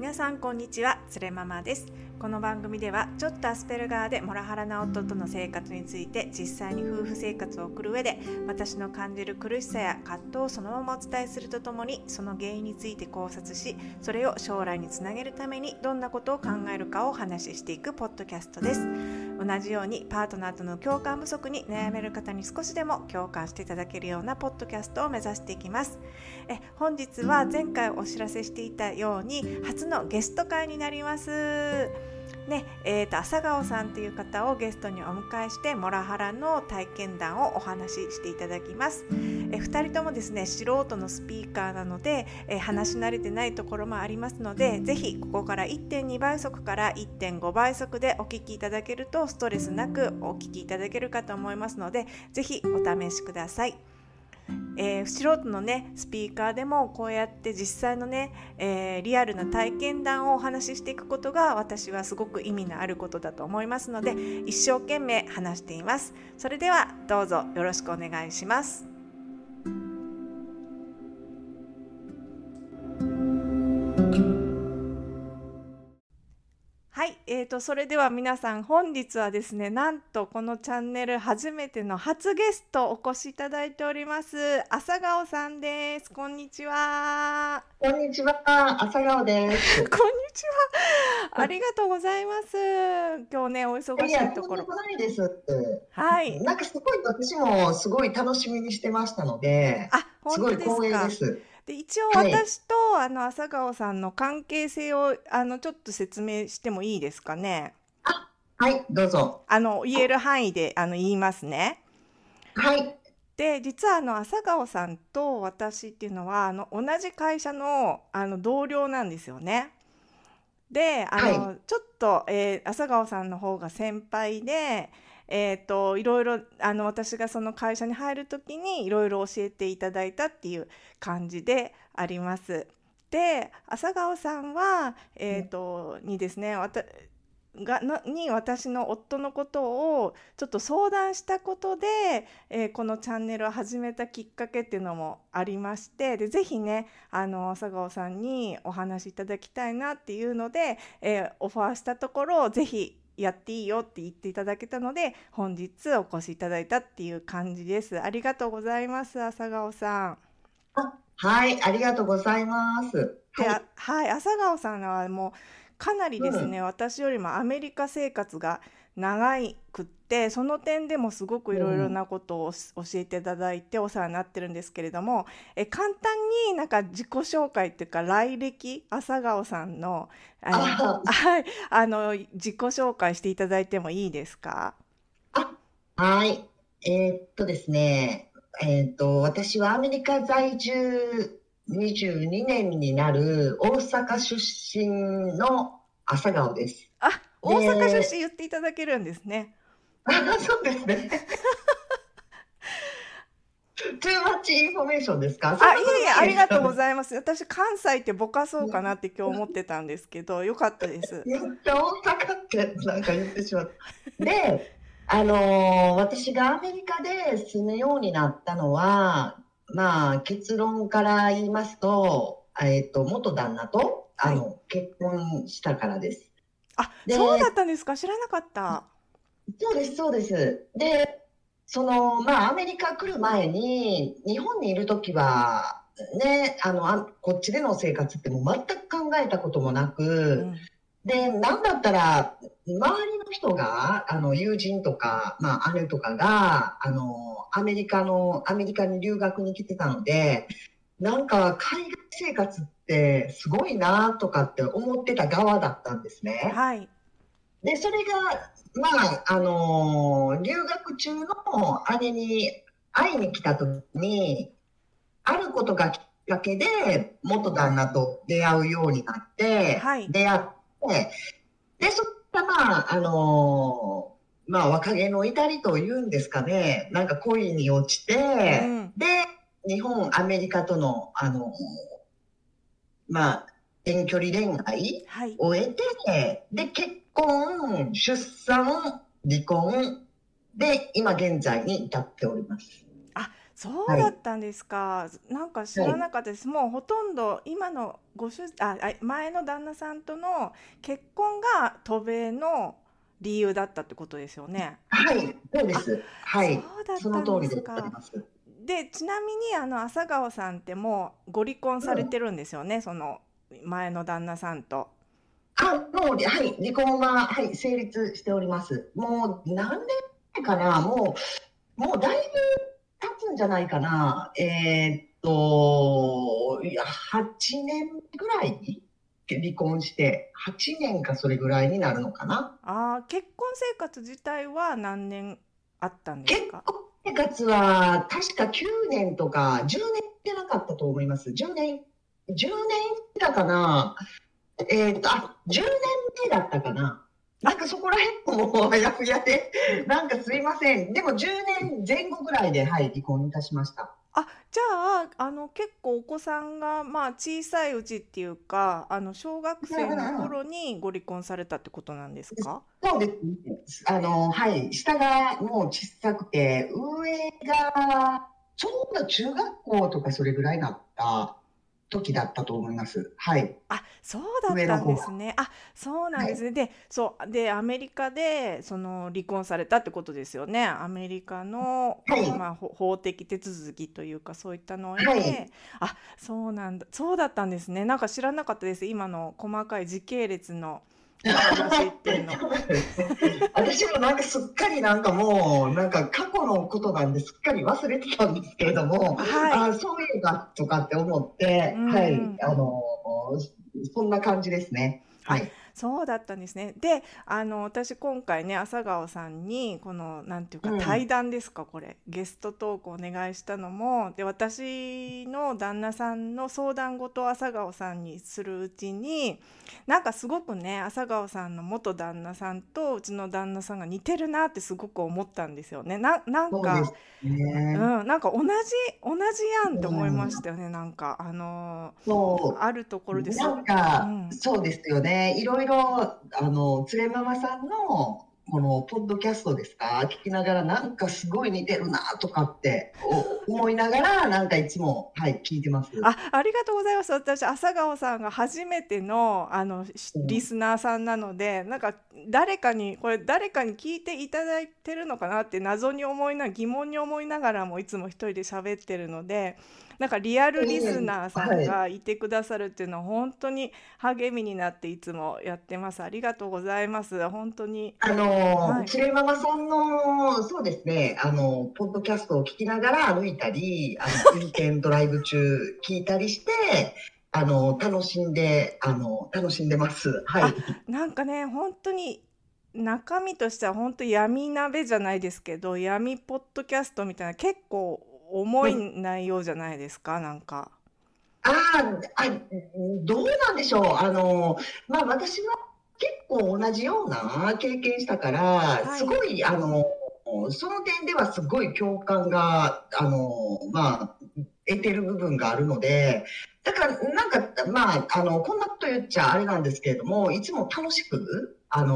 皆さんこんにちは、つれママです。この番組ではちょっとアスペルガーでモラハラな夫との生活について実際に夫婦生活を送る上で私の感じる苦しさや葛藤をそのままお伝えするとともに、その原因について考察し、それを将来につなげるためにどんなことを考えるかをお話ししていくポッドキャストです。同じようにパートナーとの共感不足に悩める方に少しでも共感していただけるようなポッドキャストを目指していきます。本日は前回お知らせしていたように初のゲスト会になりますね。朝顔さんという方をゲストにお迎えしてモラハラの体験談をお話ししていただきます。2人ともですね、素人のスピーカーなので、話し慣れてないところもありますので、ぜひここから 1.2 倍速から 1.5 倍速でお聞きいただけるとストレスなくお聞きいただけるかと思いますので、ぜひお試しください。素人のねスピーカーでもこうやって実際のね、リアルな体験談をお話ししていくことが私はすごく意味のあることだと思いますので、一生懸命話しています。それではどうぞよろしくお願いします。はい、それでは皆さん、本日はですね、なんとこのチャンネル初めての初ゲストお越しいただいております。朝顔さんです。こんにちは。 こんにちは、朝顔です。 こんにちは。ありがとうございます。今日ね、お忙しいところ。 とんでもないですって。 はい。 なんかすごい私もすごい楽しみにしてましたので、す本当ですごい光栄か。 です。 で、一応はい。 私と朝顔さんの関係性をちょっと説明してもいいですかね。 はい、どうぞ。 言える範囲で言いますね。 はい。 で、実は朝顔さんと私っていうのは同じ会社の同僚なんですよね。で、 はい。 ちょっと、朝顔さんの方が先輩で、いろいろ私がその会社に入る時にいろいろ教えていただいたっていう感じであります。で、朝顔さんは、にですね、私の夫のことをちょっと相談したことで、このチャンネルを始めたきっかけっていうのもありまして、でぜひね朝顔さんにお話しいただきたいなっていうので、オファーしたところぜひやっていいよって言っていただけたので、本日お越しいただいたっていう感じです。ありがとうございます、朝顔さん。 はい、ありがとうございます。 で、 はい。 はい、朝顔さんはもうかなりですね、 うん。 私よりもアメリカ生活が長くって、その点でもすごくいろいろうん。 なことを教えていただいてお世話になってるんですけれども、簡単になんか自己紹介っていうか来歴、朝顔さんの、 あ、 はい、自己紹介していただいてもいいですか？ はい。ですね、私はアメリカ在住22年になる大阪出身の朝顔です。 大阪出身で、 言っていただけるんですね。 そうですね。too much information ですか？そんなこといえいえ、ありがとうごないですよね。 ざいます。私、関西ってぼかそうかなって今日思ってたんですけど、よかったです。 めっちゃ大阪ってなんか言ってしまった。で、私がアメリカで住むようになったのは、まあ、結論から言いますと、元旦那と、 はい。 結婚したからです。 そうだっで、 たんですか。知らなかった。 そうです、そうです。で、まあ、アメリカ来る前に、日本にいるときは、ね、こっちでの生活ってもう全く考えたこともなく、 うん。 で、なんだったら、周りの人が、友人とか、まあ、姉とかが、アメリカに留学に来てたので、なんか、海外生活ってすごいなとかって思ってた側だったんですね。 はい。 で、それが、まあ、留学中の姉に会いに来た時に、あることがきっかけで元旦那と出会うようになって、 はい。 出会って、で、そこからまあ、まあ、若気の至りというんですかね、なんか恋に落ちて、 うん。 で、日本、アメリカとの、まあ、遠距離恋愛はい。 を得て、で、結婚、出産、離婚で、今現在に至っております。 そうはい。 だったんですか。なんか知はい。 らなかったです。もうほとんど今の前の旦那さんとの結婚が渡米の理由だったってことですよね。 はい。そうであ、 す。はそい。 うだっそのたんで通りでございすか。 ます。 で、ちなみに朝顔さんってもうご離婚さうん。 れてるんですよね、その前の旦那さんと。 もう、はい。離婚は、はい、成立しております。もう、何年前かな。もうだいぶ経つんじゃないかな。いや、8年ぐらいに離婚して、8年かそれぐらいになるのかな。 結婚生活自体は何年あったんですか？ 結婚生活は確か9年とか10年ってなかったと思います。10年だかな。10年目だったかな。なんかそこら辺もあやふやで、なんかすいません。でも10年前後ぐらいで、はい、離婚いたしました。 じゃ結構お子さんが、まあ、小さいうちっていうか、小学うん生のうんうん。 頃にご離婚されたってことなんですか？ そうですね。はい、下がもう小さくて、上がちょうど中学校とかそれぐらいになった時だったと思います。はい。 そうだったん上の方が。 ですね。そうなんはい。 ですね。で、アメリカで、離婚されたってことですよね。アメリカの、 はい。 まあ、法的手続きというか、そういったのを経はい。 て、そうなんだ。そうだったんですね。なんか知らなかったです。今の細かい時系列のお話っていうの。 そうなんですね。私もなんかすっかりなんかもう、なんか過去のことなんですっかり忘れてたんですけれども、 はい。 そういえばとかって思っうて、はい、 んうん。 そんな感じですね。はあ、 い。 そうだったんですね。で、私今回ね、朝顔さんに、なんていうか、対うん。 談ですか、これ、ゲストトークお願いしたのも、で、私の旦那さんの相談事を朝顔さんにするうちに、なんかすごくね、朝顔さんの元旦那さんとうちの旦那さんが似てるなってすごく思ったんですよね。なんか、 そうですね。 なんか同じやんってう思いましたん。 よね、なんか、 そあるところでう。 す。 なんか、 うん。 そうですよね。いろいろ、つれママさんの、この、ポッドキャストですか聞きながら、なんかすごい似てるな、とかって思いながら、なんかいつも、はい、聞いてます。 ありがとうございます。私、朝顔さんが初めての、リうん。 スナーさんなので、なんか、誰かに聞いていただいてるのかなって疑問に思いながらもいつも一人で喋ってるので、なんかリアルリいえいえ、 スナーさんはい。 がいてくださるっていうのは本当に励みになっていつもやってます。ありがとうございます。本当に。はい。 つれママさんの、そうですね、ポッドキャストを聞きながら歩いたり、運転ドライブ中聞いたりして、楽しんでます。はあ、 い。 なんかね、本当に中身としては本当闇鍋じゃないですけど、闇ポッドキャストみたいな結構重い内容じゃないですか、なんか。 あどうなんでしょう。私は結構同じような経験したから、 はい。 すごい、その点ではすごい共感が、得てる部分があるので、だから、なんか、こんなこと言っちゃあれなんですけれども、いつも楽しく、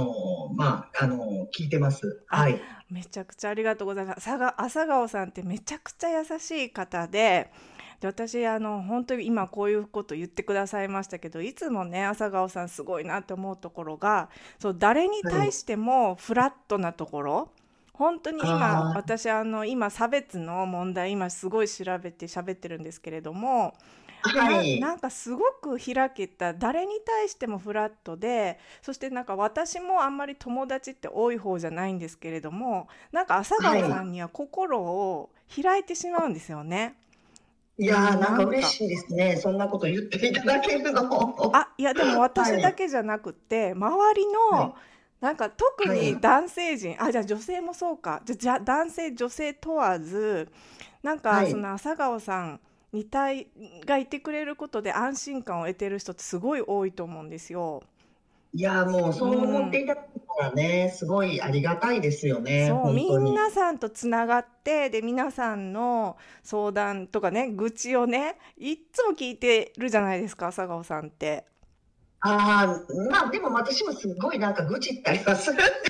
聞いてます。 あ、 はい。 めちゃくちゃありがとうございます。朝顔さんってめちゃくちゃ優しい方で、私、本当に今こういうこと言ってくださいましたけど、いつもね、朝顔さんすごいなって思うところが、そう、誰にはい。 対してもフラットなところ。本当にあ私、今、差別の問題、今すごい調べて喋ってるんですけれども、 はい。 なんかすごく開けた、誰に対してもフラットで、そしてなんか私もあんまり友達って多い方じゃないんですけれども、なんか朝顔さはい。 んには心を開いてしまうんですよね。 いやー、なんなんか。 か嬉しいですね。そんなこと言っていただけるの。 いやでも私だはい。 けじゃなくて、周りの、 はい。 なんか特はい。 に男性陣、じゃあ女性もそうか。じゃあ男性、女性問わず、なんかそはい。 の朝顔さんにがいてくれることで安心感を得てる人ってすごい多いと思うんですよ。 いやー、もううそう思ってん。 いただけたらね、すごいありがたいですよね、 そう、 本当に。 皆さんとつながって、で、皆さんの相談とかね、愚痴をね、いっつも聞いてるじゃないですか、朝顔さんって。 でも私もすごいなんか愚痴ったりはする。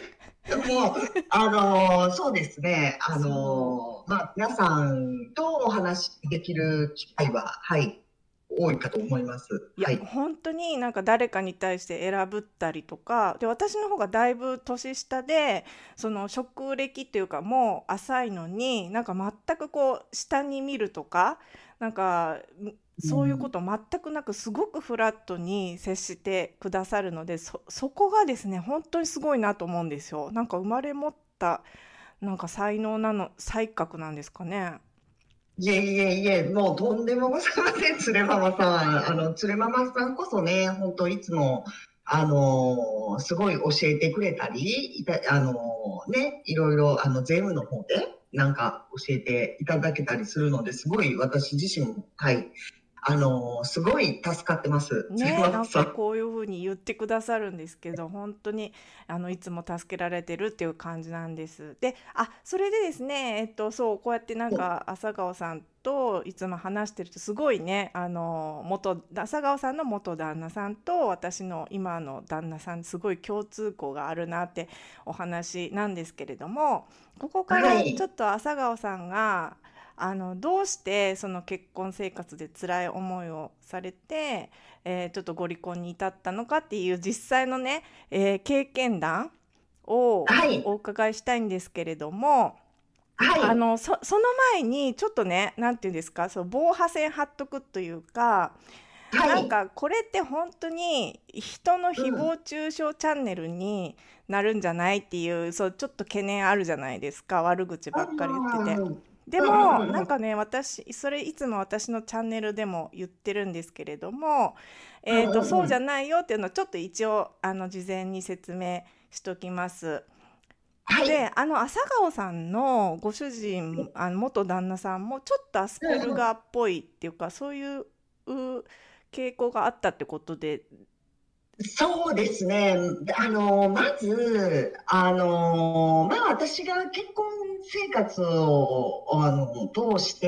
もう、そうですね。 そ皆さんとお話しできる機会は、はい、多いかと思います。 いや、 はい。 本当になんか誰かに対して選ぶったりとか、で、私の方がだいぶ年下で、その職歴っていうかもう浅いのに、なんか全くこう下に見るとか、なんかそういうこうん。 と全くなくすごくフラットに接してくださるので、そこがですね、本当にすごいなと思うんですよ。なんか生まれ持ったなんか才能なの、才覚なんですかね。 いえいえいえ、もうとんでもございません、つれママさん。つれママさんこそね、本当いつも、すごい教えてくれたり、いろいろ、税務の方で、なんか教えていただけたりするので、すごい私自身も、はい、すごい助かってます、つれね、なんママさん。 かこういう風に言ってくださるんですけど、本当にいつも助けられてるっていう感じなんです。で、それでですね、そう、こうやってなんか朝顔さんといつも話してるとすごいね、朝顔さんの元旦那さんと私の今の旦那さんすごい共通項があるなってお話なんですけれども、ここからちょはい。 っと朝顔さんがどうしてその結婚生活で辛い思いをされて、ちょっとご離婚に至ったのかっていう実際のね、経験談をはい。 お伺いしたいんですけれども、 はい。 その前にちょっとね、なんていうんですか、そう防波線張っとくというか、なんはい。 かこれって本当に人の誹うん。 謗中傷チャンネルになるんじゃないっていう、そうちょっと懸念あるじゃないですか、悪口あばっかり言ってて。 ーうん。 でうん。 もうん。うん。 なんかね、私それいつも私のチャンネルでも言ってるんですけれども、 うん。うん。 そうじゃうん。 ないよっていうのをちょっと一応事前に説明しときます。で、 はい。 朝顔さんのご主人、元旦那さんもちょっとアスペルうん。 ガーっぽいっていうか、そういう傾向があったってことで。 そうですね。まず、私が結婚生活を、通して、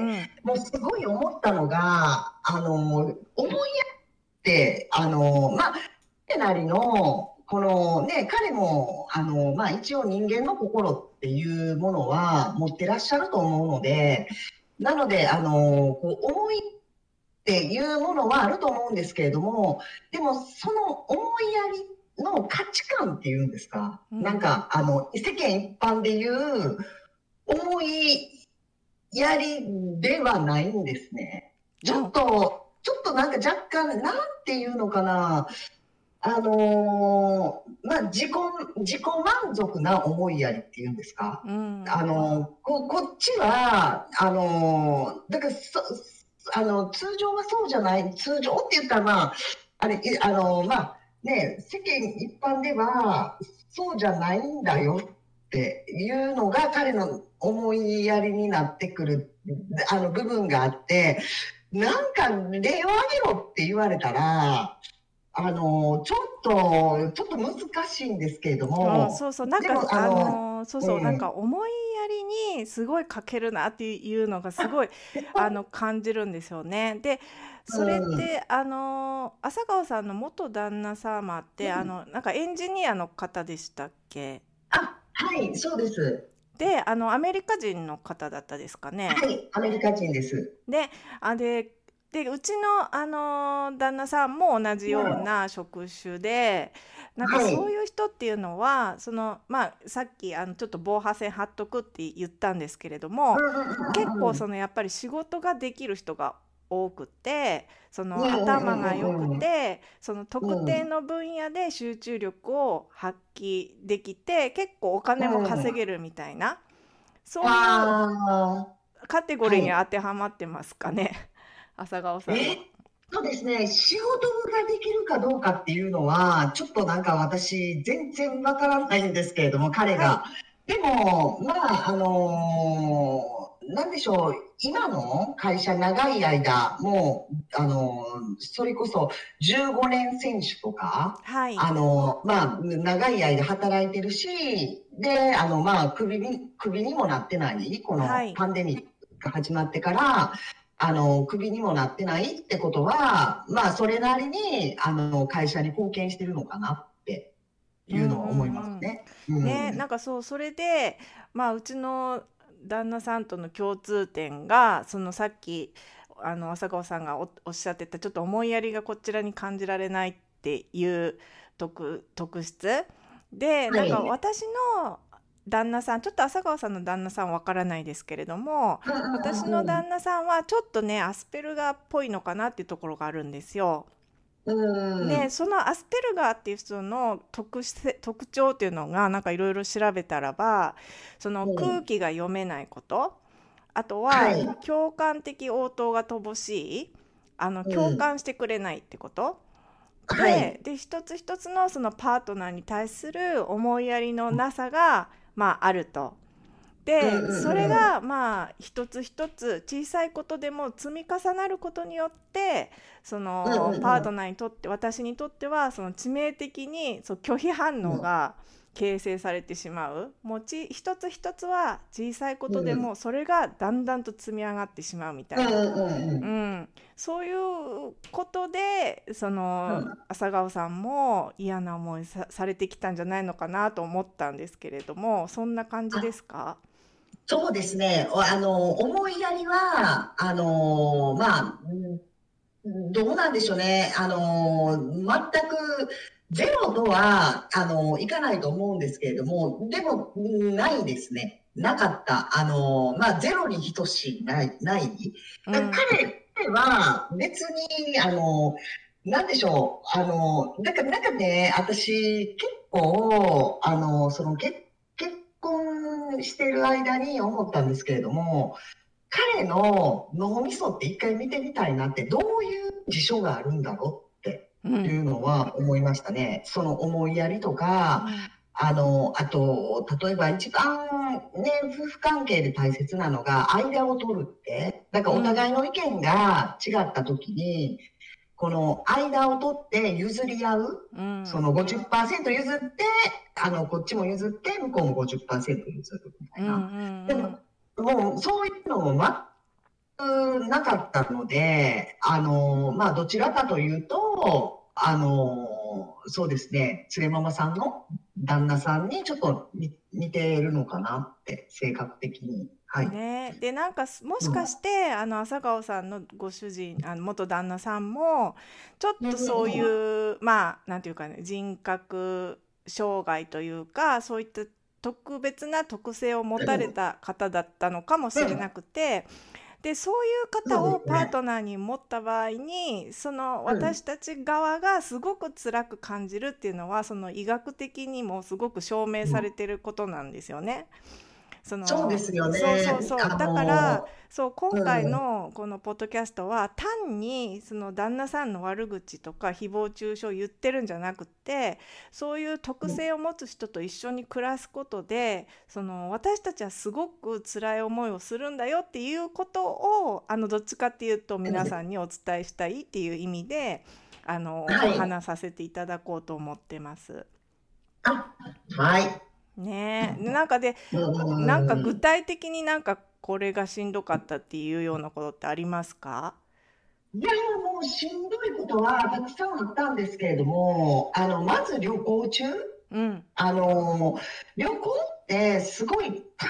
うん、 もうすごい思ったのが、思いやって、彼なりの、このね、彼も、一応人間の心っていうものは持ってらっしゃると思うので、なので、思いっていうものはあると思うんですけれども、でもその思いやりの価値観っていうんですか、 うん、 なんか世間一般でいう思いやりではないんですね。 うん、 ちょっとなんか若干、なんていうのかな、自己満足な思いやりっていうんですか。 うん、 こっちは、だから通常はそうじゃない、通常って言ったら、あれ、いあの、まあ、世間一般では、そうじゃないんだよっていうのが彼の思いやりになってくる、部分があって、なんか例を挙げろって言われたら、ちょっと難しいんですけれども、 そうそう、なんかでも、 そうそう、なんかえ思いやりにすごい欠けるなっていうのがすごい感じるんですよね。で、それっうん、 て朝顔さんの元旦那様ってなんかエンジニアの方でしたっけ？ はい、そうです。 で、アメリカ人の方だったですかね。 はい、アメリカ人です。 で、うちの、旦那さんも同じよううん、 な職種で、なんかはい。 そういう人っていうのは、さっきちょっと防波線張っとくって言ったんですけれども、 うんうんうん結構やっぱり仕事ができる人が多くて、 うん頭が良くうんうんて、特うんうん。 定の分野で集中力を発揮できて、結構お金もうん。 稼げるみたいな、そういうああ、 カテゴリーにはい。 当てはまってますかね。朝顔さんえっの。 そうですね、仕事ができるかどうかっていうのは、ちょっとなんか私、全然わからないんですけれども、彼はい。 が。でも、なんでしょう、今の会社、長い間、もう、それこそ15年選手とか、 はい。 長い間働いてるし、で、クビにもなってない、このはい。 パンデミックが始まってから、クビにもなってないってことは、それなりに、会社に貢献してるのかなって。 いうのは思いますね。 ね、なんかそう、それで、まあ、うちの旦那さんとの共通点が、そのさっき浅川さんがおっしゃってたちょっと思いやりがこちらに感じられないっていう特質で、なんかはい。 私の旦那さん、ちょっと浅川さんの旦那さんわからないですけれども、 うん私うんうんうん。 の旦那さんはちょっとねアスペルガーっぽいのかなっていうところがあるんですよ。で、 うん。 そのアスペルガーっていう人の特徴っていうのがなんかいろいろ調べたらば、その空うん。 気が読めないこと、あとははい。 共感的応答が乏しい、共うん。 感してくれないってことはい。 で、一つ一つのそのパートナーに対する思いやりのなさが、まあ、あると。 うんで、それうんうん。 がまあ一つ一つ小さいことでも積み重なることによって、そうんのパートうんナーにとって、私にとってはその致命的にそう拒否反うん。 応が形成されてしまう。もう一つ一つは小さいことでうん。 もそれがだんだんと積み上がってしまうみたいな。 うんうんうん。 うん、そういうことでそのうん。 朝顔さんも嫌な思いされてきたんじゃないのかなと思ったんですけれども、そんな感じであ、 すか？ そうですね。思いやりは、まあ、どうなんでしょうね。全くゼロとは、いかないと思うんですけれども、でも、ないですね。なかった。まあ、ゼロに等しい、ない。だからうん、 彼は別に、なんでしょう。だからなんかね、私、結構、結婚してる間に思ったんですけれども、彼の脳みそって一回見てみたいなって、どういう事象があるんだろうってうん、 いうのは思いましたね。その思いやりとか、 うん、 あと、例えば一番ね、夫婦関係で大切なのが間を取るって、だからおうん、 互いの意見が違った時に、この間を取って譲り合う、 うん、 その50%譲って、こっちも譲って、向こうも50%譲るみたうん、ういな。でん、 も、もうそういうのもなかったので、まあ、どちらかというと、そうですね、連れママさんの旦那さんにちょっと似ているのかなって、性格的に。はい。 ね、でなんかもしうん。 かして朝顔さんのご主人、元旦那さんもちょっうんとそううんいうまあなんていうかね、人格障害というか、そういった特別な特性を持たれた方だったのかもうん。うん。 しれなくて、でそういう方そうをですね。 パートナーに持った場合に、そのうん。 私たち側がすごく辛く感じるっていうのは、その医学的にもすごく証明されうん。 てることなんですよね。 そうですよそうそうね。 そう。だから、そう、今回うん。 のこのポッドキャストは単にその旦那さんの悪口とか誹謗中傷を言ってるんじゃなくて、そういう特性を持つ人と一緒に暮らすことで、その私たちはすごく辛い思いをするんだよっていうことを、どっちかっていうと皆さんにお伝えしたいっていう意味で、 はい。 話させていただこうと思ってます。 あ、はい。 ねえ、なんかで、 うんなんか具うんうん。 体的になんかこれがしんどかったっていうようなことってありますか？ いやいや、もうしんどいことはたくさんあったんですけれども、まず旅行中、 うん。 あの、旅行ってすごい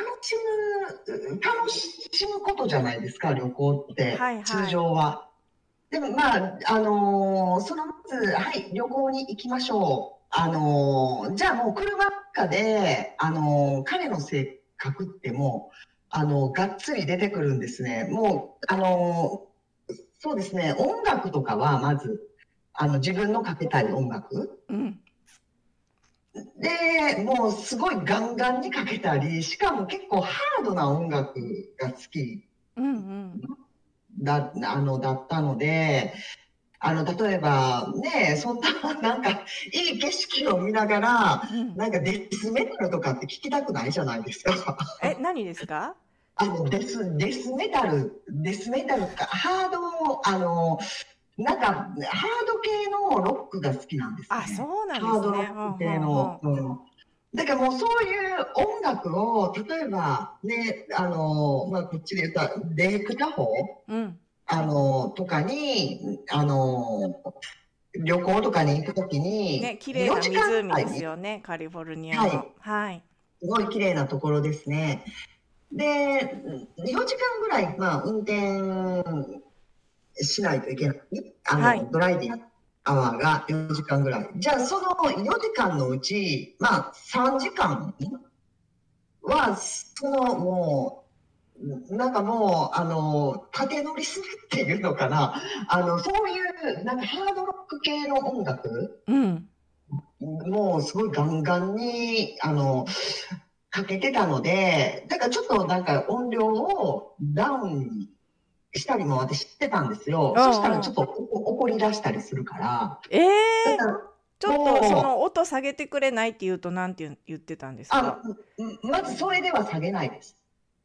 楽しむことじゃないですか、旅行って、通はいはい。 常は。でもまあ、まず、はい、旅行に行きましょう。じゃあもう車の中で、彼の性格ってもう、がっつり出てくるんですね。もう、そうですね、音楽とかはまず、自分のかけたい音楽。 うん。 で、もうすごいガンガンにかけたり、しかも結構ハードな音楽が好きうんうん。 だったので、例えばね、そんな、なんか、いい景色を見ながら、 うん。 なんかデスメタルとかって聞きたくないじゃないですか。 え、何ですか？ デスメタルか、なんか、ハード系のロックが好きなんですあ、 ね。 そうなんでハーすね。 ドロックほんほ系の。 んほん。 うん。だからもうそういう音楽を、例えばね、まあ、こっちで言ったら、レイクタホーうん。 とかに、 旅行とかに行くときに、 綺麗な 4時間ぐ湖でらいね、 すよね、カリフォルニアはい、 の。はい。 すごい綺麗なところですね。で、4時間ぐらい、運転しないといけない。 はい。 ドライビングアワーが4時間ぐらい。じゃあ、その4時間のうち、3時間は、なんかもう、縦乗りするっていうのかな。そういう、なんかハードロック系の音楽、 うん。 もうすごいガンガンに、かけてたので、だからちょっとなんか音量をダウンにしたりも私してたんですよ。 うそしたらんうん。 ちょっと怒り出したりするから、 ええ、 だからちょっとそのもう、 音下げてくれないって言うとなんて言ってたんですか？ まずそれでは下げないです。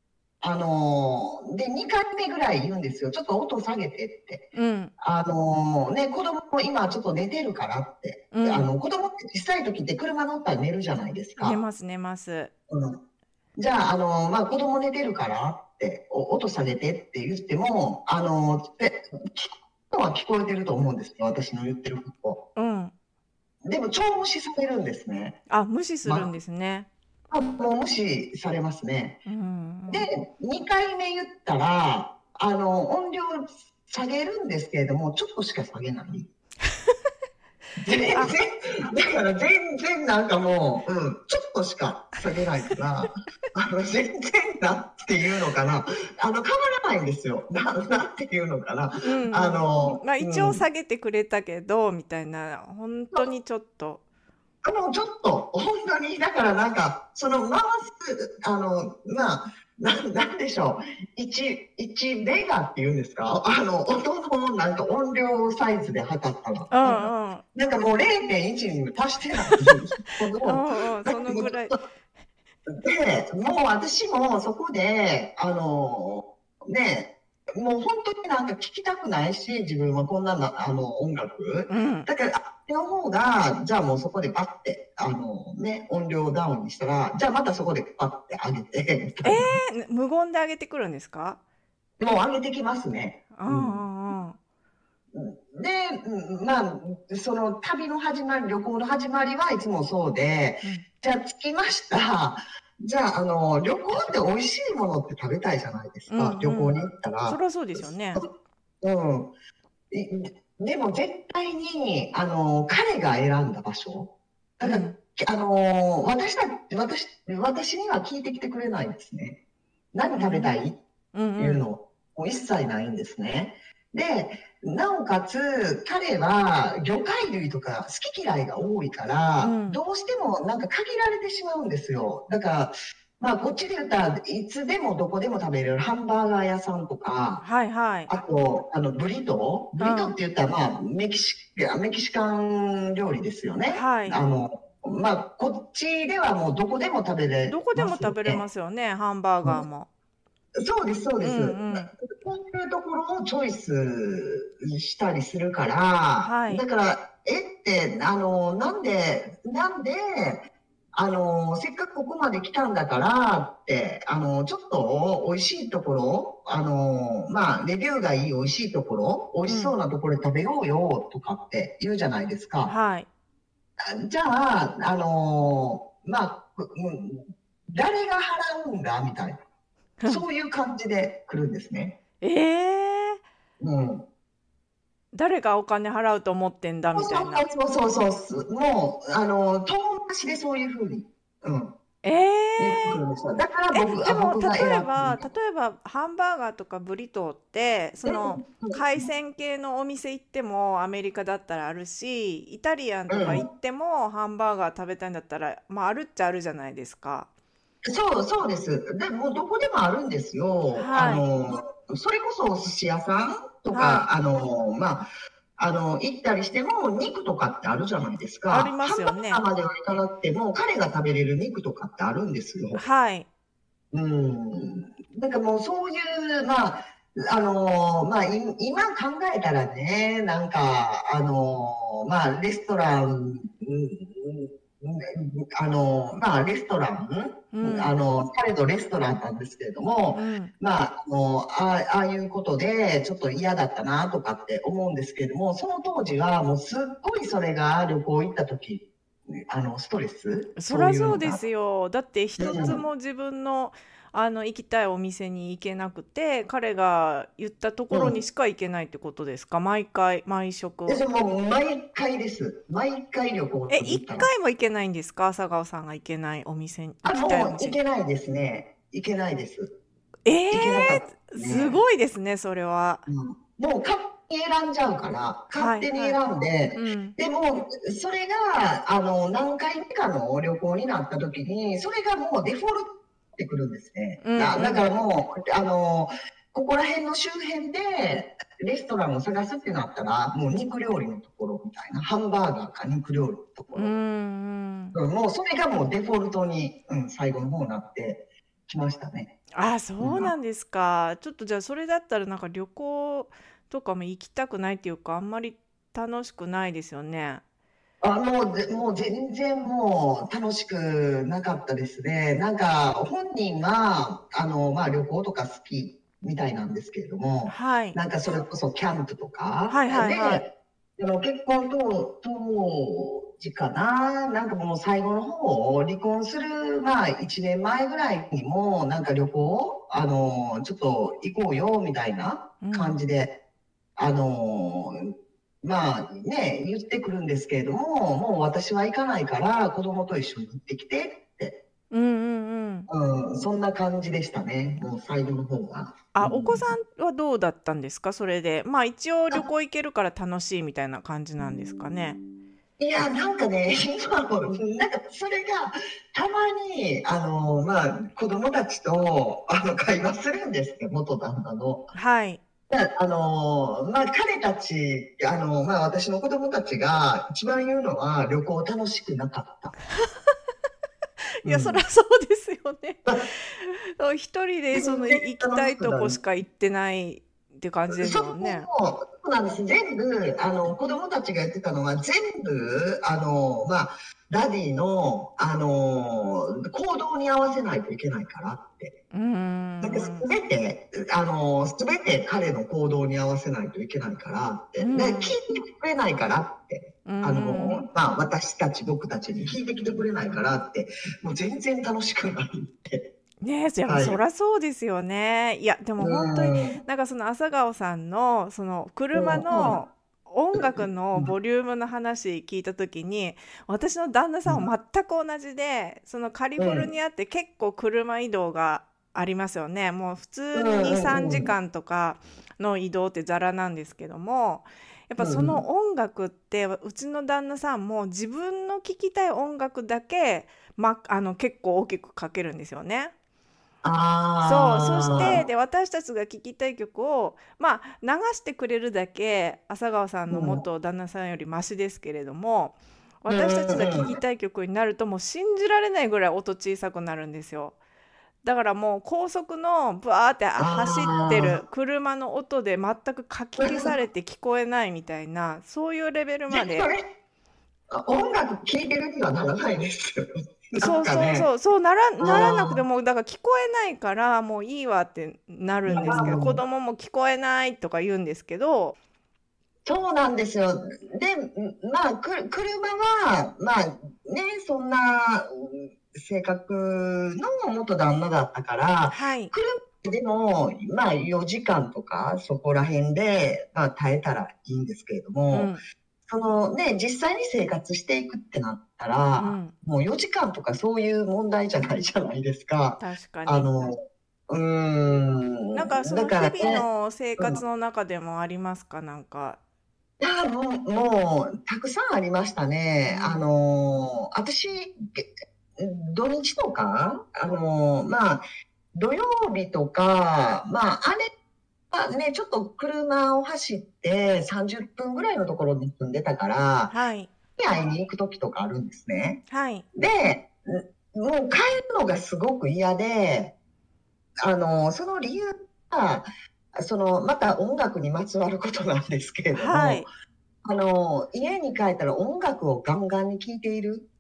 で、2回目ぐらい言うんですよ。ちょっと音下げてって。 うん。 子供も今ちょっと寝てるからって。 うん。 子供って小さい時って車乗ったら寝るじゃないですか。 寝ます寝ます。 うん。じゃあ、子供寝てるからって、音下げてって言っても、聞くのは聞こえてると思うんですよ。私の言ってること。 うん。 でも、超無視されるんですね。 あ、無視するんま、 ですね。 もう無視されますね。 うんうん。 で、2回目言ったら、音量下げるんですけれども、ちょっとしか下げない。全然、 あ、 だから全然なんかもう、ちょっとしか下げないから、全然なんていうのかな、変わらないんですよ。なんていうのかな。 うんうん。まあ一応うん。 下げてくれたけど、みたいな、本当にちょっと。 ちょっと、本当に、だからなんか、その回す、なんでしょう。1メガっていうんですか？音のなんか音量サイズで測ったら、 うんうん。 なんかもう0.1に達してないんですけうど、 んうん。そだからもうのぐらい。 で、もう私もそこで、ね、もう本当になんか聞きたくないし、自分はこんな音楽。 うん。 だから、あっちの方が、じゃあもうそこでパッて、音量ダウンにしたら、じゃあまたそこでパッて上げて、みたいな。 無言で上げてくるんですか？ もう上げてきますね。 うんううん。 んうん。 で、その旅の始まり、旅行の始まりはいつもそうで、 うん。 じゃあ着きました。じゃあ、旅行って美味しいものって食べたいじゃないですうか。旅行にんうん。 行ったら。 そりゃそうですよね。 うん。でも絶対に、彼が選んだ場所。だから、 うん。 私には聞いてきてくれないんですね。何食べたうん。 いっうんうん。 ていうのもう一切ないんですね。で、なおかつ、彼は魚介類とか好き嫌いが多いから、 うん。 どうしてもなんか限られてしまうんですよ。だから、こっちで言ったらいつでもどこでも食べれるハンバーガー屋さんとか、 はいはい。 あと、ブリトっうん。 て言ったら、メキシカン料理ですよね。 はい。 こっちではもうどこでも食べれどこでまも食べれますよね。 すよね、ハンバーうん、 ガーも。 そうです、そううんうです。 ん。 こういうところをチョイスしたりするから、 はい。 だから、なんで、せっかくここまで来たんだからって、ちょっと美味しいところ、レビューがいい美味しいところ、美味うん。 しそうなところで食べようよとかって言うじゃないですか。 はい。 じゃあ、誰が払うんだみたいな。そういう感じで来るんですね。 ええ、 うん。 誰がお金払うと思ってんだそうみたいな。 そう。もう、遠回しでそういうふうに、 え言ってくえ。 るんですよ。だからでも僕が選ぶ。 例えばハンバーガーとかブリトーってその海う鮮系のお店行ってもアメリカだったらあるし、イタリアンとか行っん。 てもハンバーガー食べたいんだったら、まああるっちゃあるじゃないですか。 そうです。でも、どこでもあるんですよ。 はい。 それこそお寿司屋さんとはい。 か、行ったりしても、肉とかってあるじゃないですか。 ありまハンバーガーすよね。 まではいかなくても、彼が食べれる肉とかってあるんですよ。 はい。 うん。なんかもうそういう、今考えたらね、なんか、レストラン、 レストラン、 うん、 彼のレストランなんですけれども、 うん。 ああいうことでちょっと嫌だったなとかって思うんですけれども、その当時はもうすっごいそれが旅行行った時、ストレス、 そそうらそうですいうのが。 よ。だってう一つん、 も自分の、行きたいお店に行けなくて、彼が言ったところにうん。 しか行けないってことですか？毎回、毎食。 でもう毎回です。毎回旅行に一行ったら。 回も行けないんですか？朝顔さんが行けないお店に、行きたいおもう行店に。 けないですね。行けないです。 え行けなかったですすね。 ごいですね、それは。 うん、もう勝手に選んじゃうから、勝手にはいはい。 選んで、 うん。 でも、それが、何回目かの旅行になった時に、それがもうデフォルトってくるんですね。 うんうだからん。 もう、ここら辺の周辺で、レストランを探すってなったら、もう肉料理のところみたいな、ハンバーガーか肉料理のとこうんろ。 うん。 もうそれがもうデフォルトに、最後の方になってきましたね。 あ、 うん、 そうなんですか。ちょっとじゃあそれだったらなんか旅行とかも行きたくないっていうか、あんまり楽しくないですよね。 もう全然もう楽しくなかったですね。なんか本人は、旅行とか好きみたいなんですけれども、 はい。 なんかそれこそキャンプとかはいはいはい。 で、結婚当時かな、なんかもう最後の方、離婚する、1年前ぐらいにも、なんか旅行、ちょっと行こうよ、みたいなうん。 感じで、あの、言ってくるんですけれども、もう私は行かないから子供と一緒に行ってきてって、 うんうんうん。 そんな感じでしたね。もう最後の方は。 あ、お子さんはどうだったんですか？それで。まあ一応旅行行けるから楽しいみたいな感じなんですかね。 いや、なんかね、今も、なんかそれが、たまに、子供たちと、会話するんですよ、元旦那の。 はい。 彼たち、私の子供たちが一番言うのは、旅行楽しくなかった。 いや、そりゃうん。 そうですよね。 まあ、 一人でその全然行きたいとこ楽しくない。 しか行ってないって感じですそう、 もんね。 そうなんです。全部、子供たちが言ってたのは、全部、ダディの、行動に合わせないといけないからって。 うーなんかん。 すべて彼の行動に合わせないといけないからって。 うで、聞いん。 てくれないからって。 うん。 私たち、僕たちに聞いてきてくれないからって。もう全然楽しくないって。 ねえ、 はい。 そらそうですよね。いや、でうも本当にん。 なんかその朝顔さんのそのうん。 車うん。 の音楽のうん。 ボリュームの話聞いた時に、私の旦那さんうん。 は全く同じで、そのカリフォルニアって結構車移動がありますよね。もう普通に2、 うん。 3 うん。 時間とかの移動ってザラなんですけども、やっぱそうん。うん。 の音楽ってうちの旦那さんも自分の聴きたい音楽だけ、結構大きくかけるんですよね。そう、そして、で、 ああ、 私たちが聴きたい曲を、流してくれるだけ、朝顔さんのうん。うん。 元旦那さんよりマシですけれども、 うん。 私たちが聴うん。 きたい曲になるともう信じられないぐらい音小さくなるんですよ。だからもう高速のブワーって走ってるああ。 車の音で全くかき消されて聞こえないみたいな、そういうレベルまで。 それ、音楽聴いてるにはならないですよ。なんそうかね。 そうそう、そうならなくてあも、だから聞こえないからもういいわってなるんですけど、子あ、 供も聞こえないとか言うんですけど、 そうなんですよ。で、車は、そんな性格の元旦那だったから、 はい。 車でも、4時間とか、そこら辺で、耐えたらいいんですけれども、 うん、 実際に生活していくってなったら、 うん、 もう4時間とかそういう問題じゃないじゃないですか。 確かに。 あの、 なんかそだの日々 からね、 の生うん。 活の中でもありますか？なんか。 いや、もう、たくさんありましたね。 うん、 私、土日とか、土曜日とか、あれはね、ちょっと車を走って30分ぐらいのところに住んでたから、 はい、 会いに行く時とかあるんですね。 はい。 で、もう帰るのがすごく嫌で、その理由は、また音楽にまつわることなんですけれども、 はい。 家に帰ったら音楽をガンガンに聴いている。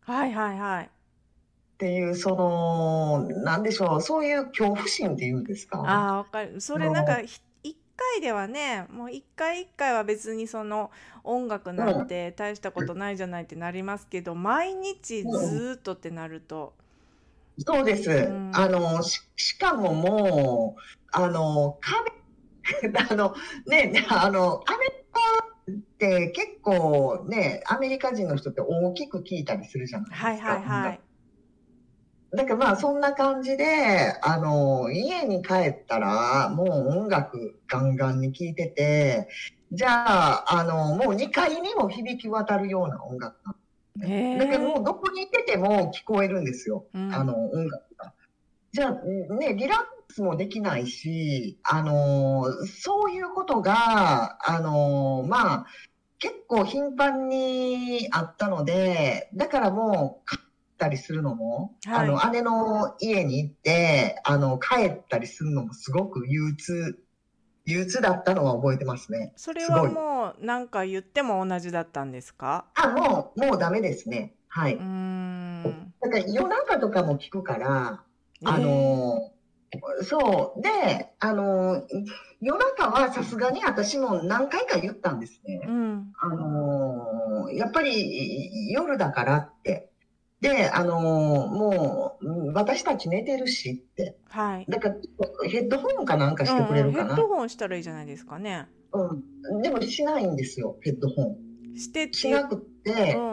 はいはいはい。 ていう、なんでしょう、そういう恐怖心っていうんですか？ ああ、わかる。それなんかの、 一回ではね、もう一回一回は別にその音楽なんうん、 て大したことないじゃないってなりますけど、毎日うん、 ずーっとってなると、 そうでうす。 ん、 しかももう、壁、あの、ね、アメリカって結構ね、アメリカ人の人って大きく聞いたりするじゃないではいすか、音楽。 はいはい。 だからまあそんな感じで、家に帰ったらもう音楽ガンガンに聴いてて、じゃあ、もう2階にも響き渡るような音楽なんですへね。だからえ、 もうどこにいてても聞こえるんですよ。 うん。 音楽が。じゃあ、ね、リラックスもできないし、そういうことが、まあ、結構頻繁にあったので、だからもう、帰ったりするのも、 はい。 姉の家に行って、帰ったりするのもすごく憂鬱だったのは覚えてますね。 それはすごい。 もうなんか言っても同じだったんですか？ もうダメですね。はうーい。 ん。 だから夜中とかも聞くから、 ええ、 そう。で、夜中はさすがに私も何回か言ったんですね。 うん。 やっぱり夜だからって。で、もう、私たち寝てるしって。 はい。 だから、ヘッドホンかなんかしてくれうんうん。 るかな。 ヘッドホンしたらいいじゃないですかね。 うん。でもしないんですよ、ヘッドホン。 してっていう、 しなくって、 うん。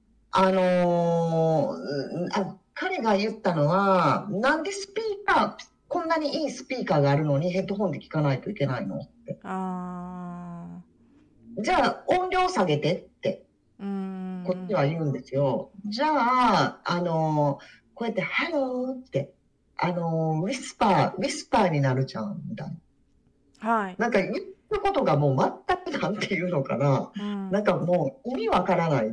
彼が言ったのは、なんでスピーカー、こんなにいいスピーカーがあるのにヘッドホンで聞かないといけないのって。 あじゃあ音量下げてって、 ー、うーこっちん。 は言うんですよ。じゃあ、こうやって、ハローって、ウィスパーになるじゃん、みたいな。 はい。 なんか言ったことがもう全くなんていうのかな。 うん。 なんかもう意味わからないって。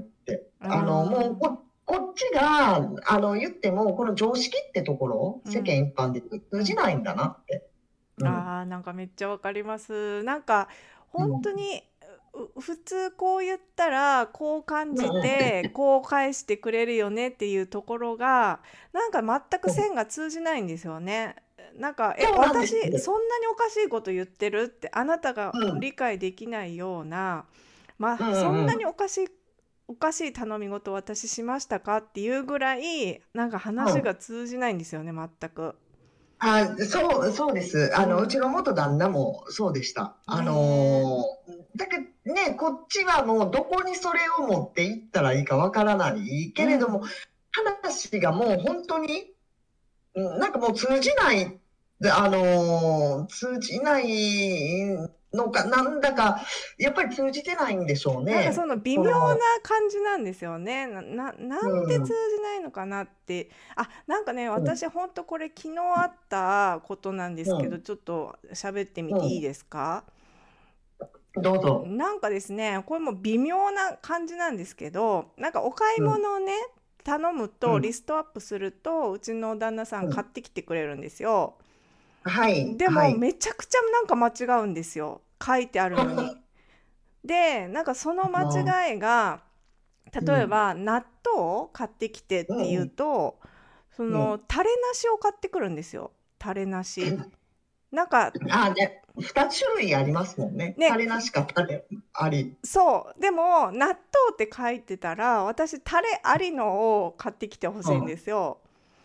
うーもうん。 こっちが、言っても、この常識ってところ、世間うん。 一般で通じうん。 ないんだなって。うん。 ああ、なんかめっちゃわかります。なんか本当うん。 に普通こう言ったらこう感じうんうんてこう返してくれるよねっていうところがなんか全くうん。 線が通じないんですよね。なんかそうなんで私す。 そんなにおかしいこと言ってるってあなたがうん。 理解できないような、まあうんそんなにうんうん。 おかしい頼み事を私しましたかっていうぐらいなんか話がうん。 通じないんですよね、全く。 そうです。うちうん。 の元旦那もそうでした。 ねだけどね、こっちはもうどこにそれを持っていったらいいかわからないえ。うけれども、 ん。 話がもう本当に、なんかもう通じない、通じないのか、なんだか、やっぱり通じてないんでしょうなんかそね。 の微妙な感じなんですよね。なんで通うん、 じないのかなって。あ、なんかね、 うん、 私ほんとこれ昨日あったことなんですけど、 うん、 ちょっと喋ってみうん。 ていいですか？ どうぞ。 なんかですね、これも微妙な感じなんですけど、なんかお買いうん、 物をね、頼むと、リうん、 ストアップすると、うちの旦那さんうん。 買ってきてくれるんですよ。 はい、 でも、 はい。 めちゃくちゃなんか間違うんですよ。書いてあるのに。で、なんかその間の、 違いが、 うん、 例えば納豆を買ってきてっていううん、 と、そうん。 のタレなしを買ってくるんですよ。タレなし。なんかね、二種類ありますもんね。 ね、 タレなしかタレあり。 そう。でも納豆って書いてたら、私タレありのを買ってきてほしいんうん。 ですよ。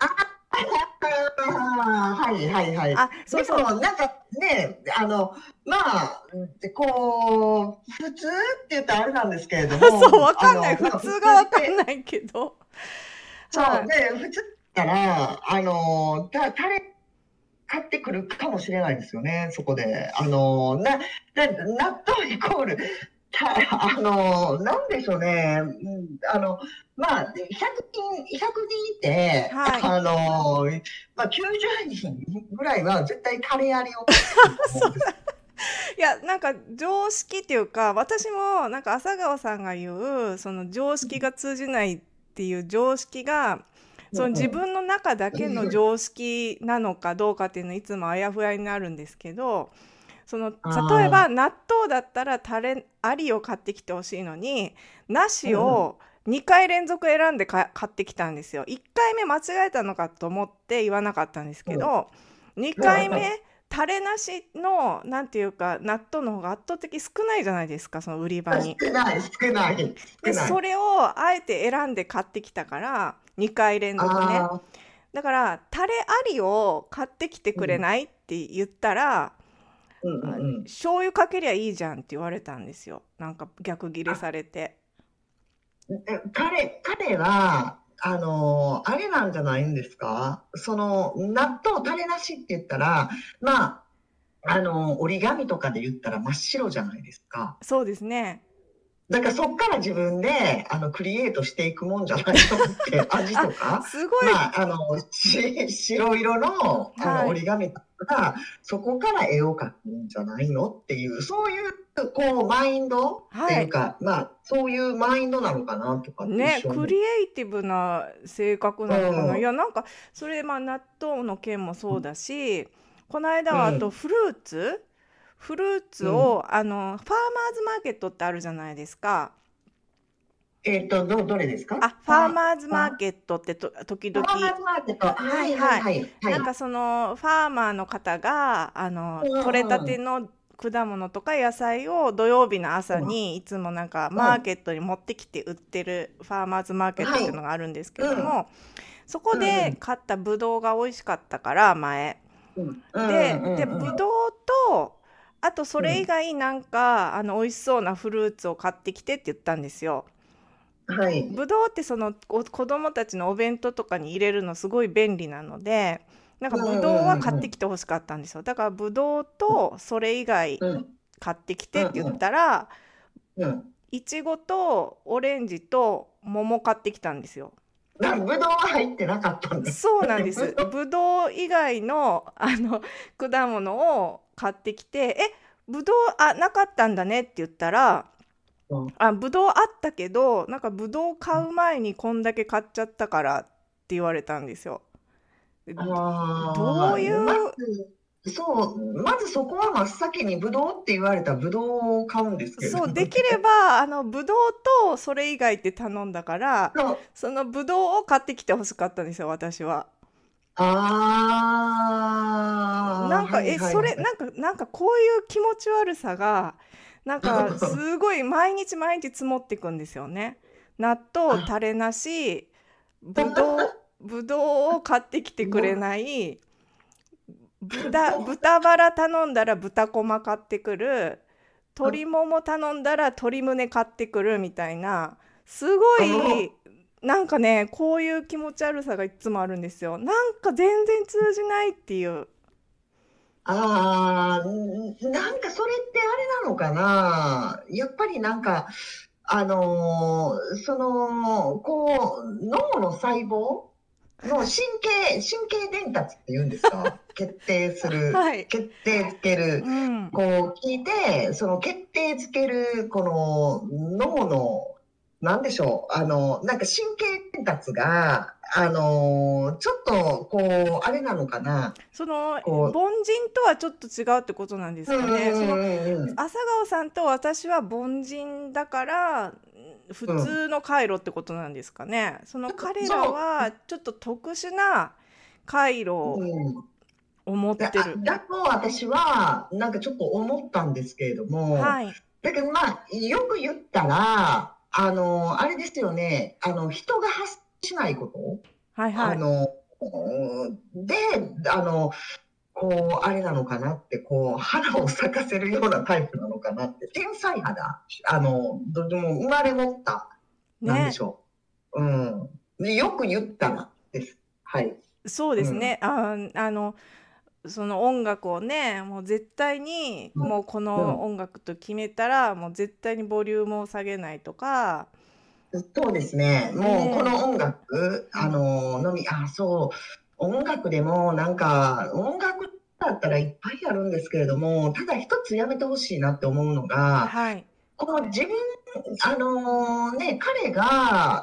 はい、はい、はい。 あ、そうそう。 でも、なんかね、まあ、普通って言ったらあれなんですけれどそう、 も、 わかんない。普普通がわ通で、 かんないけど。 そう、 はい。 で、普通だったら、タレ買ってくるかもしれないですよね、そこで。納豆イコール、なんでしょうね、まあ、100人いて、 はい。 まあ、90人ぐらいは絶対タレありを買ってくると思うんです。 いや、なんか常識っていうか、私もなんか朝顔さんが言う、その常識が通じないっていう常識が、その自うんうん分の中だけの常識なのかどうかっていうのはいつもあやふやになるんですけど、その例えああ、 ば納豆だったらタレありを買ってきてほしいのに、なうんうん。 しを 2回連続選んで買ってきたんですよ。1回目間違えたのかと思って言わなかったんですけど、2回目タレなしのなんていうか納豆の方が圧倒的少ないじゃないですか、その売り場に。 少ない、少ない、 で少ない。 それをあえて選んで買ってきたから2回連続ね。 ああ、 だからタレありを買ってきてくれないって言ったら、 うんうんうん。 醤油かけりゃいいじゃんって言われたんですよ。なんか逆ギレされて。 彼は、あれなんじゃないんですか？その、納豆タレなしって言ったら、まあ、折り紙とかで言ったら真っ白じゃないですか。 そうですね。 だからそっから自分で、クリエイトしていくもんじゃないと思って、味とか、 すごい。 まあ、白色の、 はい折り紙とか、そこから絵を描くんじゃないのっていう、そういう、こう、マインドっていうか、まあ、そういうマインドなのかなとかってね、 一緒に。 クリエイティブな性格なのかな。いうや、なんかそれ納豆の件もそうだし、この間はあとん、 フルーツうん。 をファーマーズマーケットってあるじゃないですか。 どれですか？ ファーマーズマーケットって時々、 ファーマーズマーケット。はいはいはいはい。 はいはい。 なんかそのファーマーの方がうん採れたうんての果物とか野菜を土曜日の朝うんにいつもなんかうん。 マーケットに持ってきて売ってるファーマーズマーケットはい。 っていうのがあるんですけうん。 ども、そこうんうん。 で買ったぶどうが美味しかったから前。 うんうんで、 うんぶどうと、あとそうん。 れ以外なんか美味しそうなフルーツを買ってきてって言ったんですよ。 はい。 ぶどうってその子供たちのお弁当とかに入れるのすごい便利なので、なんかぶうんうどうは買ってきんうんてほしかったんですよ。だからぶどうとそれ以外うん。 買ってきうんてって言っうんたら、 うん。 いちごとオレンジと桃買ってきたんですよ。 ぶどうは入ってなかったんです。 そうなんです。 ぶどう。 ぶどう以外の果物を買ってきて、ぶどうなかったんだねって言ったら、 うんぶどうあったけど、なんかぶどう買う前にこんだけ買っちゃったからって言われたんですよ。でどああ、 ういうまずそこは真っ先にぶどうって言われたぶどうを買うんですけれどそう、 もね。 できればぶどうとそれ以外って頼んだから、 そう。 そのぶどうを買ってきてほしかったんですよ、私は。 ああ、 なんかはいはいそれはい。 なんかこういう気持ち悪さがなんかすごい毎日毎日積もっていくんですよね。納豆あ、 タレなし、ぶどうを買ってきてくれない、豚バラ頼んだら豚こま買ってくる、鶏もも頼んだら鶏胸買ってくるみたいな、すごい、なんかね、こういう気持ち悪さがいつもあるんですよ。なんか全然通じないっていう。 ああ、なんかそれってあれなのかな。やっぱりなんか、こう、脳の細胞の神経伝達って言うんですか？ はい。 決定づける、 うん。 こう聞いて、その決定づける、この脳の、なんでしょう、なんか神経伝達が、ちょっと、こう、あれなのかな、 そのこ凡人とはちょっと違うってことなんでう、うんうすかね。そのんうんうん朝顔さんと私は凡人だから普うん、うん。 通の回路ってことなんですかね。その彼らそう、 はちょっと特殊な回路をうん。 持ってる。 だと私は、なんかちょっと思ったんですけれども、 はい。 だけどまあ、よく言ったら、あれですよね、人が発しないこと、 はいはい。 あの、で、あの、こう、あれなのかなって、こう、花を咲かせるようなタイプなのかなって、天才肌、でも生まれ持った、なんでね。 しょう。うん。でよく言ったらです。はい。 そうでうん。 すね。その音楽をね、もう絶対にうん。 もうこの音楽と決めたらもう絶対にボリュームを下げないとか、 そうですね。もうこのね音楽、 え。うん。 そう、音楽でもなんか、音楽だったらいっぱいあるんですけれども、ただ一つやめてほしいなって思うのが、 はい。 この自分、彼が、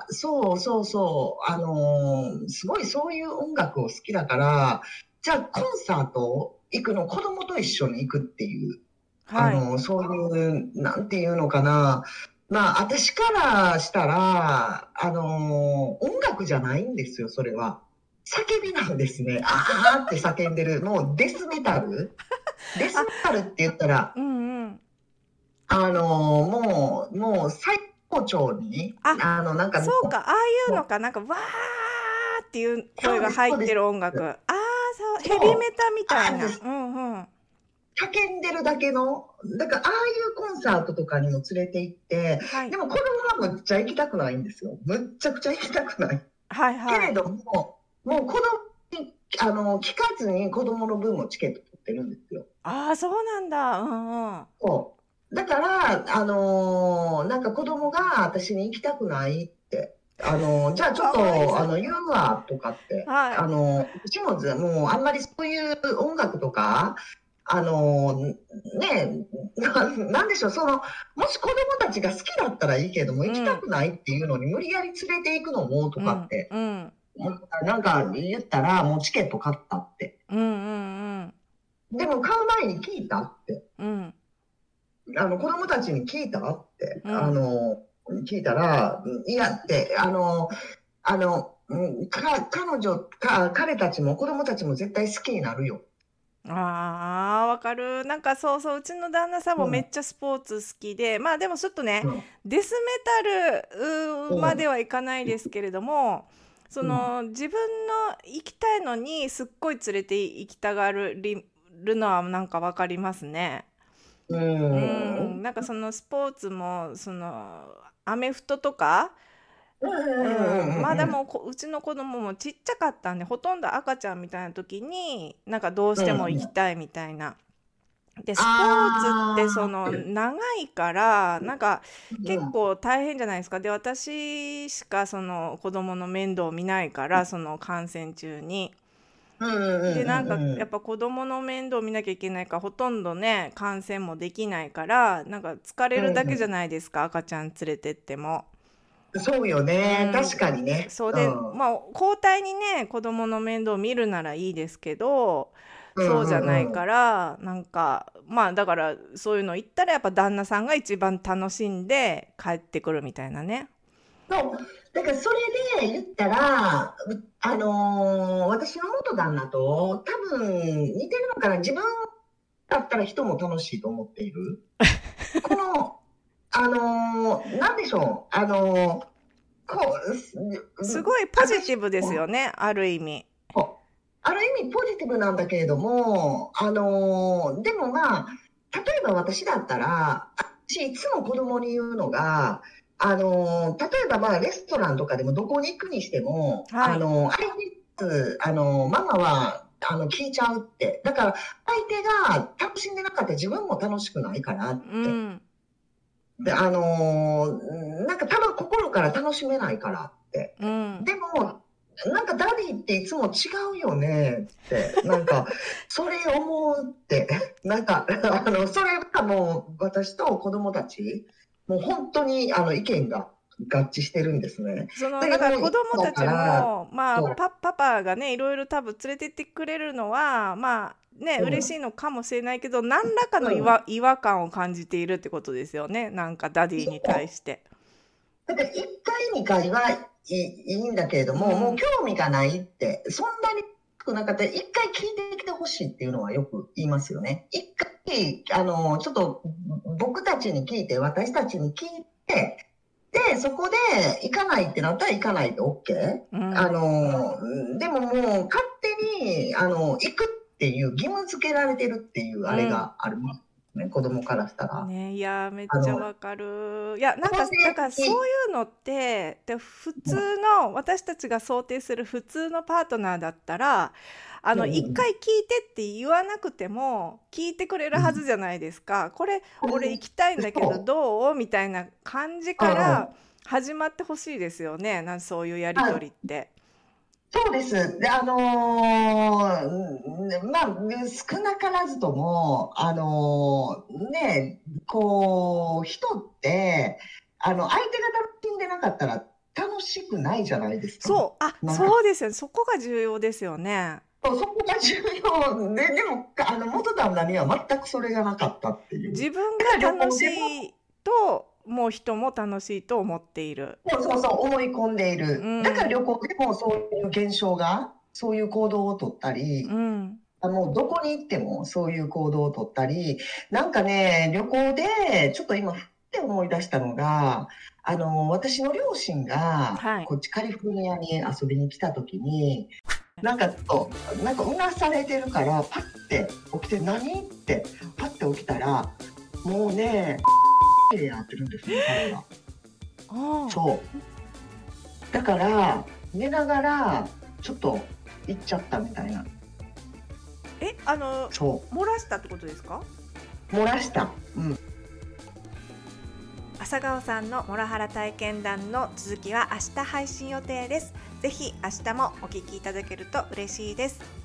すごいそういう音楽を好きだから、じゃあコンサート行くの、子供と一緒に行くっていう、 はい。 そういう、なんていうのかな、 まあ、私からしたら、音楽じゃないんですよ、それは。叫びなんですね。あーって叫んでる。もうデスメタルデスメタルって言ったら、 うんうん。 もう最高潮に、 あ、 なんかそうか、ああいうのもか、なんかわーっていう声そうです、そうです。 が入ってる音楽。ああ、そう、ヘビメそう。 タみたいな。 です。 うんうん。 叫んでるだけの、だからああいうコンサートとかにも連れて行って、 はい。 でも子供はむっちゃ行きたくないんですよ。むっちゃくちゃ行きたくない。 はいはい。 けれども、もう子供に、聞かずに子供の分もチケット取ってるんですよ。 ああ、そうなんだ。うんうん。 そう。だから、なんか子供が私に行きたくないって、じゃあちょっかわいと、 そ言うわ、とかって、 う。はい。 うちももうあんまりそういう音楽とか、あの、ね、なんでしょう、もし子供たちが好きだったらいいけども、行きたうん、 くないっていうのに無理やり連れて行くのも、とうん、 かって、 うん、 なんか言ったら、もうチケット買ったって。 うん、うん、 でも買う前に聞いたって。 うん、 子供たちに聞いたって、 うん。 聞いたら、いやって、彼たちも子供たちも絶対好きになるよ。 ああ、わかる。なんかそうそう、うちの旦那さんもめうん、 っちゃスポーツ好きで、まあでもちょっとね、 うん、 デスメタルまでうん、 はいかないですけれども、そうん、 の自分の行きたいのにすっごい連れて行きたがるのはなんかわかりますね。 ううん、 ん、なんかそのスポーツも、そのアメフトとか、 うん、 うん、まあでうん、 もうちの子供もちっちゃかったんで、ほとんど赤ちゃんみたいな時になんかどうしても行きたいみたいな。でスポーツってその長いからなんか結構大変じゃないですか。で私しかその子供の面倒を見ないから、その観戦中に。でなんかやっぱ子供の面倒を見なきゃいけないからほとんどね観戦もできないから、なんか疲れるだけじゃないですか、赤ちゃん連れてっても。 そうよね。 うん、 確かにね。 そうで、 うん。 まあ交代にね子供の面倒を見るならいいですけど、 うんそうじゃないうんうん。 からなんかまあだからそういうの言ったらやっぱ旦那さんが一番楽しんで帰ってくるみたいなね。 そう。だからそれで言ったら、私の元旦那と多分似てるのかな。自分だったら人も楽しいと思っている。この、なんでしょう。 すごいポジティブですよね、ある意味。 ある意味ポジティブなんだけれども、でもまあ、例えば私だったら、私いつも子供に言うのが、例えばまあレストランとかでもどこに行くにしても、 はい。 相手、ママは、聞いちゃうって。だから、相手が楽しんでなかったら自分も楽しくないからって。 うん、 で、なんか多分心から楽しめないからって。 うん。 でも、なんかダディっていつも違うよねって、なんか、それ思うって、なんか、それがもう私と子供たち、もう本当に意見が合致してるんですね。 そのだだけど、 から子供だたちから、 もまあそう、 パパがねいろいろ多分連れてってくれるのはまあねうん、 嬉しいのかもしれないけど、何らかのうん。 違和感を感じているってことですよね、なんかダディに対して。 だから1回、2回はいいんだけれども、もううん、 興味がないって、そんなに少なかったら、1回聞いてきてほしいっていうのはよく言いますよね。1回、ちょっと僕たちに聞いて、私たちに聞いて、で、そこで行かないってなったら行かないで OK。 うん。 でももう勝手に、行くっていう義務付けられてるっていうあれうん。 があるね、子供からしたら。 ね、いやめっちゃあの、 わかる。いやなんか強制だからそう的、 いうのって普通の私たちが想定する普通のパートナーだったら、一回聞いてって言わなくても聞いてくれるうん、 はずじゃないですか。これ俺行きたいんだけどそどうみたいな感じう。うからん。 始まってほしいですよね。そういうやりとあ、 りって。 そうです。で、まあ、少なからずとも、人って、相手が楽しんでなかったら楽しくないじゃないですか。 そう、あ、 なんか、 そうですよね。そこが重要ですよね。 そこが重要で、でも、元旦那には全くそれがなかったっていう。 自分だから旅が楽行でも、 しいともう人も楽しいと思っている。 そうそうそう、思い込んでいる。 うんだから旅行でもそういう現象が、そういう行動をとったり、 うんもうどこに行ってもそういう行動をとったり、なんかね、旅行で、ちょっと今、ふって思い出したのが、私の両親がはいこっちカリフォルニアに遊びに来た時に、なんかちょっと、なんかうなされてるから、パッて起きて、何って、パッて起きたら、もうね、になってるんですよ、彼が。 あそう。だから、寝ながら、ちょっと行っちゃったみたいな。そ漏らしたってことですか？ う。漏らした。うん。 朝顔さんのモラハラ体験談の続きは明日配信予定です。ぜひ明日もお聞きいただけると嬉しいです。